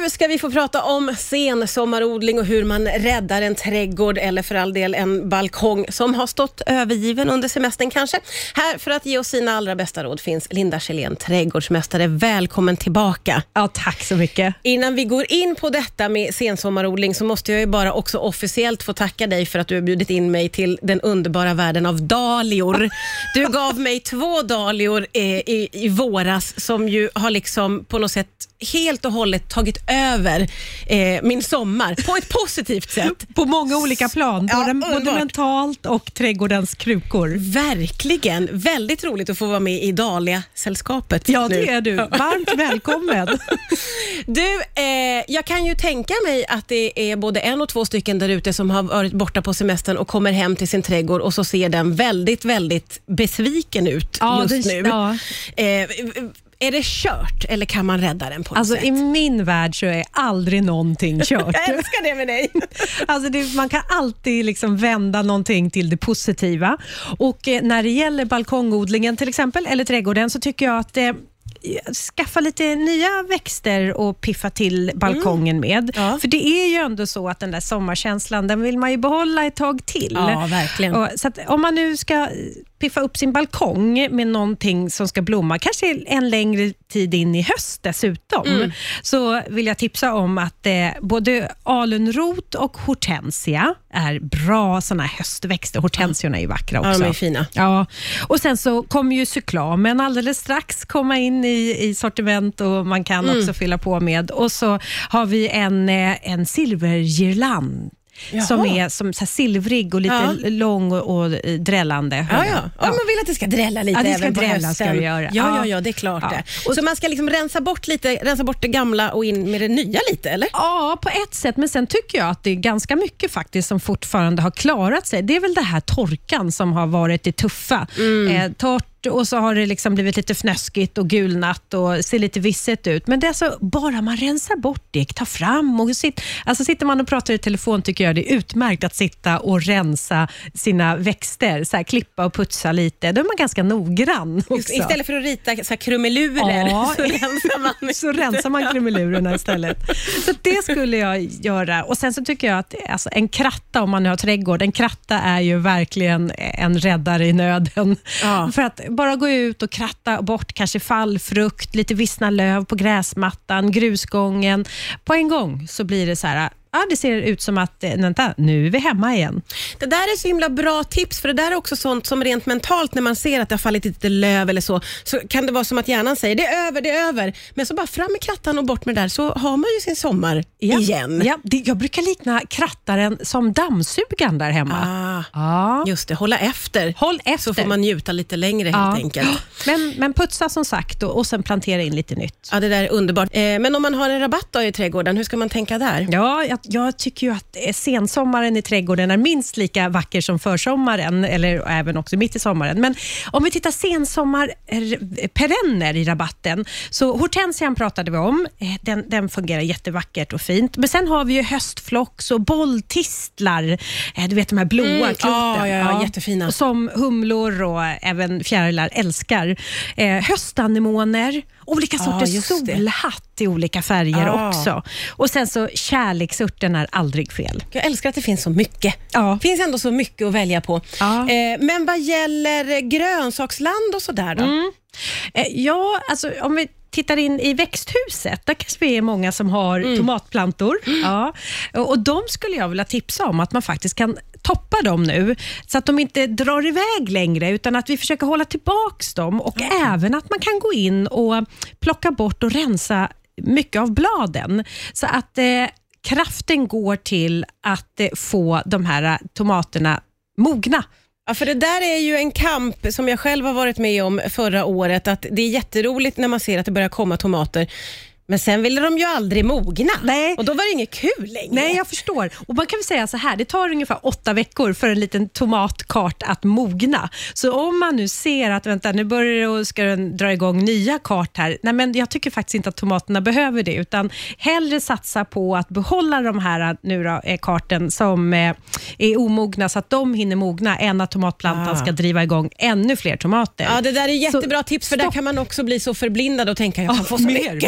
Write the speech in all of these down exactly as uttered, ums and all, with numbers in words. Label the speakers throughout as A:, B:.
A: Nu ska vi få prata om sensommarodling och hur man räddar en trädgård eller för all del en balkong som har stått övergiven under semestern kanske. Här för att ge oss sina allra bästa råd finns Linda Kjellén, trädgårdsmästare. Välkommen tillbaka.
B: Ja, tack så mycket.
A: Innan vi går in på detta med sensommarodling så måste jag ju bara också officiellt få tacka dig för att du har bjudit in mig till den underbara världen av dahlior. Du gav mig två dahlior eh, i, i våras som ju har liksom på något sätt helt och hållet tagit över eh, min sommar på ett positivt sätt.
B: På många olika plan,
A: ja,
B: både, både mentalt och trädgårdens krukor.
A: Verkligen, väldigt roligt att få vara med i Dahlia-sällskapet.
B: Ja,
A: nu.
B: det är du. Varmt välkommen.
A: Du, eh, jag kan ju tänka mig att det är både en och två stycken där ute som har varit borta på semestern och kommer hem till sin trädgård och så ser den väldigt, väldigt besviken ut
B: ja,
A: just
B: det,
A: nu.
B: Ja.
A: Eh, Är det kört eller kan man rädda den på något
B: alltså,
A: sätt?
B: I min värld så är aldrig någonting kört.
A: Jag älskar det med dig.
B: Alltså det, man kan alltid liksom vända någonting till det positiva. Och eh, när det gäller balkongodlingen till exempel, eller trädgården, så tycker jag att eh, skaffa lite nya växter och piffa till balkongen med.
A: Mm. Ja.
B: För det är ju ändå så att den där sommarkänslan, den vill man ju behålla ett tag till.
A: Ja, verkligen.
B: Och, så att om man nu ska piffa upp sin balkong med någonting som ska blomma, kanske en längre tid in i höst dessutom, mm. så vill jag tipsa om att eh, både alunrot och hortensia är bra såna höstväxter. Hortensiorna är ju vackra också.
A: Ja, de är fina.
B: Ja. Och sen så kommer ju cyklamen alldeles strax komma in i, i sortiment och man kan mm. också fylla på med. Och så har vi en, en silvergirland. Jaha. Som är som så här silvrig och lite ja. lång och, och drällande.
A: Ja, ja. ja, man vill att det ska drälla lite, ja, det ska även på
B: drälla,
A: hösten.
B: Ska det göra.
A: Ja, ja, ja, det är klart ja. det. Och så man ska liksom rensa bort lite, rensa bort det gamla och in med det nya lite, eller?
B: Ja, på ett sätt. Men sen tycker jag att det är ganska mycket faktiskt som fortfarande har klarat sig. Det är väl det här torkan som har varit det tuffa. Mm. Eh, torrt och så har det liksom blivit lite fnöskigt och gulnat och ser lite visset ut. Men det är så, bara man rensar bort det, tar fram och sitter, alltså sitter man och pratar i telefon tycker jag det är utmärkt att sitta och rensa sina växter, så här, klippa och putsa lite. Då är man ganska noggrann också.
A: Just, istället för att rita så här krumelurer
B: ja,
A: så rensar man
B: så rensar man krumelurerna istället. Så det skulle jag göra. Och sen så tycker jag att alltså, en kratta, om man nu har trädgård, en kratta är ju verkligen en räddare i nöden. Ja. För att bara gå ut och kratta bort kanske fallfrukt, lite vissna löv på gräsmattan, grusgången. På en gång så blir det så här, ja, det ser ut som att vänta, nu är vi hemma igen.
A: Det där är så himla bra tips, för det där är också sånt som rent mentalt, när man ser att det har fallit lite löv eller så, så kan det vara som att hjärnan säger, det är över, det är över. Men så bara fram med krattan och bort med det där, så har man ju sin sommar
B: ja.
A: igen.
B: Ja, det, jag brukar likna krattaren som dammsugan där hemma.
A: Ah,
B: ja.
A: Just det, hålla efter.
B: Håll efter.
A: Så får man njuta lite längre helt
B: ja.
A: enkelt.
B: Men, men putsa som sagt och, och sen plantera in lite nytt.
A: Ja, det där är underbart. Eh, men om man har en rabatt då i trädgården, hur ska man tänka där?
B: Ja, jag, jag tycker ju att sensommaren i trädgården är minst lika vacker som försommaren, eller även också mitt i sommaren. Men om vi tittar sensommarperenner i rabatten, så hortensian pratade vi om. Den, den fungerar jättevackert och fint. Men sen har vi ju höstflocks och bolltistlar. Du vet de här blåa
A: mm,
B: kloten.
A: Ja, ja, ja, jättefina.
B: Som humlor och även fjärilar älskar. Eh, höstanemoner, olika sorters
A: ah,
B: solhatt i olika färger
A: ah.
B: också. Och sen så kärleksurten är aldrig fel.
A: Jag älskar att det finns så mycket.
B: Ja.
A: Det finns ändå så mycket att välja på.
B: Ja.
A: Eh, men vad gäller grönsaksland och sådär då?
B: Mm. Eh, ja, alltså om vi tittar in i växthuset, där kanske vi är många som har mm. tomatplantor. Mm. Ja. Och de skulle jag vilja tipsa om att man faktiskt kan toppa dem nu, så att de inte drar iväg längre, utan att vi försöker hålla tillbaks dem, och mm. även att man kan gå in och plocka bort och rensa mycket av bladen, så att eh, kraften går till att eh, få de här tomaterna mogna.
A: Ja, för det där är ju en kamp som jag själv har varit med om förra året, att det är jätteroligt när man ser att det börjar komma tomater. Men sen ville de ju aldrig mogna.
B: Nej.
A: Och då var det inget kul längre.
B: Nej, jag förstår. Och man kan väl säga så här, det tar ungefär åtta veckor för en liten tomatkart att mogna. Så om man nu ser att vänta, nu börjar det och ska den dra igång nya kart här. Nej, men jag tycker faktiskt inte att tomaterna behöver det, utan hellre satsa på att behålla de här nu då, karten som eh, är omogna, så att de hinner mogna, än att tomatplantan ah. ska driva igång ännu fler tomater.
A: Ja, det där är jättebra så, tips, för
B: stopp.
A: Där kan man också bli så förblindad och tänka, jag kan oh, få så
B: mer,
A: mycket.
B: Mer. Men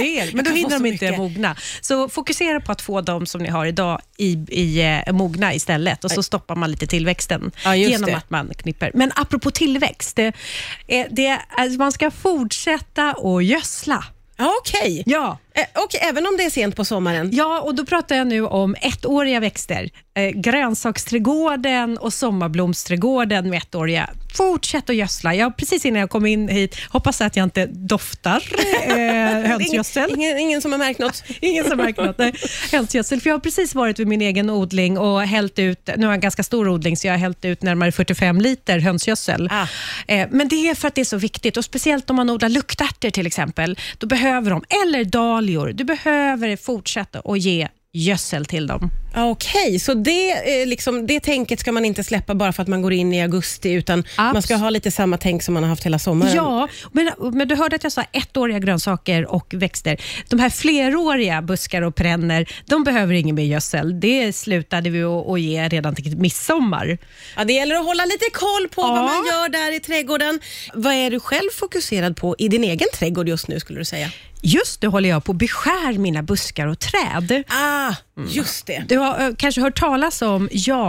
B: men då
A: kan få
B: hinner
A: så
B: de inte
A: mycket.
B: mogna. Så fokusera på att få dem som ni har idag i, i eh, mogna istället och så stoppar man lite tillväxten
A: Ja, just
B: genom
A: det.
B: att man knipper. Men apropå tillväxt, det, är- det, alltså man ska fortsätta att gödsla.
A: Ja, okej.
B: Ja.
A: Eh, okej, även om det är sent på sommaren.
B: Ja, och då pratar jag nu om ettåriga växter. Eh, grönsaksträdgården och sommarblomsträdgården med ettåriga. Fortsätt att gödsla. Jag, precis innan jag kom in hit, hoppas att jag inte doftar eh, hönsgödsel.
A: Ingen, ingen, ingen som har märkt något.
B: Ingen som märkt något. Nej. Hönsgödsel. För jag har precis varit vid min egen odling och hällt ut, nu har jag en ganska stor odling så jag har hällt ut närmare fyrtiofem liter hönsgödsel.
A: Ah.
B: Eh, men det är för att det är så viktigt och speciellt om man odlar luktärtor till exempel. Då behöver de, eller dahlior, du behöver fortsätta att ge gödsel till dem.
A: Okej, så det, eh, liksom, det tänket ska man inte släppa bara för att man går in i augusti, utan
B: Abs-
A: man ska ha lite samma tänk som man har haft hela sommaren.
B: Ja, men, men du hörde att jag sa ettåriga grönsaker och växter. De här fleråriga buskar och perenner, de behöver ingen mer gödsel. Det slutade vi att, att ge redan till midsommar.
A: Ja, det gäller att hålla lite koll på
B: Ja.
A: vad man gör där i trädgården. Vad är du själv fokuserad på i din egen trädgård just nu, skulle du säga?
B: Just nu håller jag på att beskär mina buskar och träd.
A: Ah, just det.
B: Du har uh, kanske hört talas om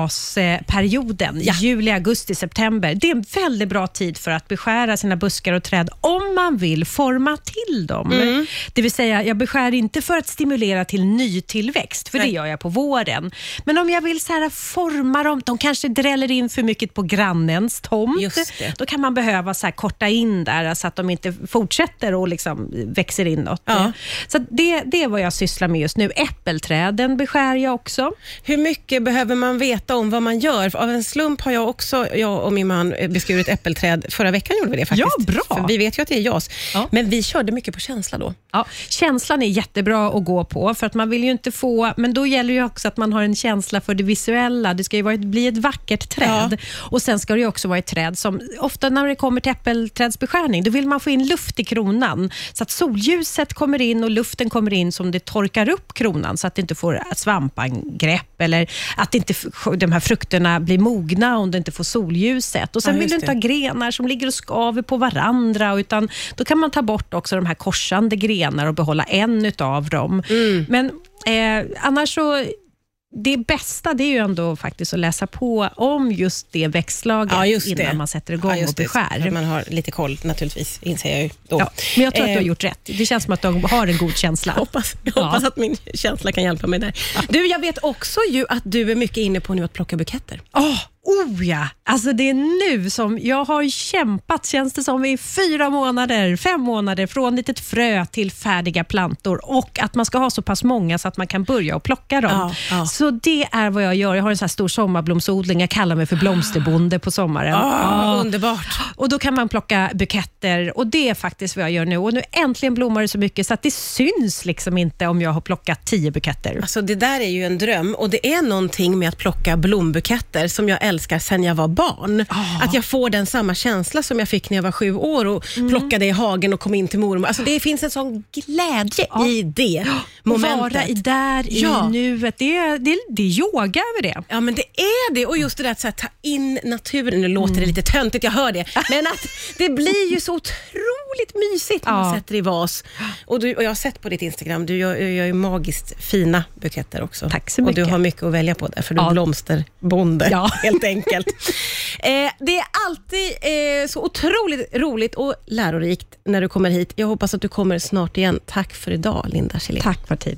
B: jasperioden,
A: Ja.
B: juli, augusti, september. Det är en väldigt bra tid för att beskära sina buskar och träd om man vill forma till dem.
A: Mm.
B: Det vill säga, jag beskär inte för att stimulera till ny tillväxt, för
A: Nej.
B: det gör jag på våren. Men om jag vill så här forma dem, de kanske dräller in för mycket på grannens tomt.
A: Just det.
B: Då kan man behöva så här korta in där så att de inte fortsätter och liksom växer inåt.
A: Ja.
B: Så det, det är vad jag sysslar med just nu. Äppelträden beskär jag också.
A: Hur mycket behöver man veta om vad man gör? För av en slump har jag också, jag och min man, beskurit äppelträd. Förra veckan gjorde vi det faktiskt.
B: Ja, bra.
A: För vi vet ju att det är jas.
B: Ja.
A: Men vi körde mycket på känsla då.
B: Ja, känslan är jättebra att gå på för att man vill ju inte få, men då gäller det ju också att man har en känsla för det visuella. Det ska ju vara ett, bli ett vackert träd.
A: Ja.
B: Och sen ska det ju också vara ett träd som, ofta när det kommer till äppelträdsbeskärning, då vill man få in luft i kronan så att solljuset kommer in och luften kommer in som det torkar upp kronan så att det inte får svampangrepp eller att inte de här frukterna blir mogna om det inte får solljuset. Och sen
A: Ja,
B: vill du
A: just
B: inte ha
A: det.
B: grenar som ligger och skaver på varandra, utan då kan man ta bort också de här korsande grenar och behålla en utav dem.
A: Mm.
B: Men eh, annars så det bästa det är ju ändå faktiskt att läsa på om just det växtslaget
A: Ja, just
B: innan
A: det.
B: man sätter igång
A: Ja, just
B: och
A: det.
B: beskär.
A: Så att man har lite koll naturligtvis, inser jag ju då.
B: Ja, men jag tror att du har
A: Eh,
B: gjort rätt. Det känns som att du har en god känsla.
A: Jag hoppas, jag
B: Ja.
A: hoppas att min känsla kan hjälpa mig där. Du, jag vet också ju att du är mycket inne på nu att plocka buketter.
B: Åh, oh ja, alltså det är nu som jag har kämpat, känns det som, i fyra månader, fem månader från litet frö till färdiga plantor och att man ska ha så pass många så att man kan börja och plocka dem.
A: Ja, ja.
B: Så det är vad jag gör. Jag har en sån här stor sommarblomsodling, jag kallar mig för blomsterbonde på sommaren.
A: Ah,
B: Ja.
A: underbart.
B: Och då kan man plocka buketter och det är faktiskt vad jag gör nu. Och nu äntligen blommar det så mycket så att det syns liksom inte om jag har plockat tio buketter.
A: Alltså det där är ju en dröm och det är någonting med att plocka blombuketter som jag älskar sedan jag var barn.
B: Ah.
A: Att jag får den samma känsla som jag fick när jag var sju år och
B: Mm.
A: plockade i hagen och kom in till mormor. Alltså det finns en sån glädje
B: Ja.
A: i det
B: Och
A: momentet.
B: vara i där
A: Ja.
B: i nuet. Det är, det, är, det är yoga över det.
A: Ja, men det är det. Och just det där att så här, ta in naturen. Nu låter det lite töntigt, jag hör det. Men att det blir ju så otroligt mysigt när man
B: Ja.
A: sätter i vas. Och, du, och jag har sett på ditt Instagram, du gör, gör ju magiskt fina buketter också.
B: Tack så
A: Och
B: mycket.
A: du har mycket att välja på där, för du är
B: Ja.
A: blomsterbonde,
B: Ja.
A: helt enkelt. eh, det är alltid eh, så otroligt roligt och lärorikt när du kommer hit. Jag hoppas att du kommer snart igen. Tack för idag, Linda Kjellén.
B: Tack Martina.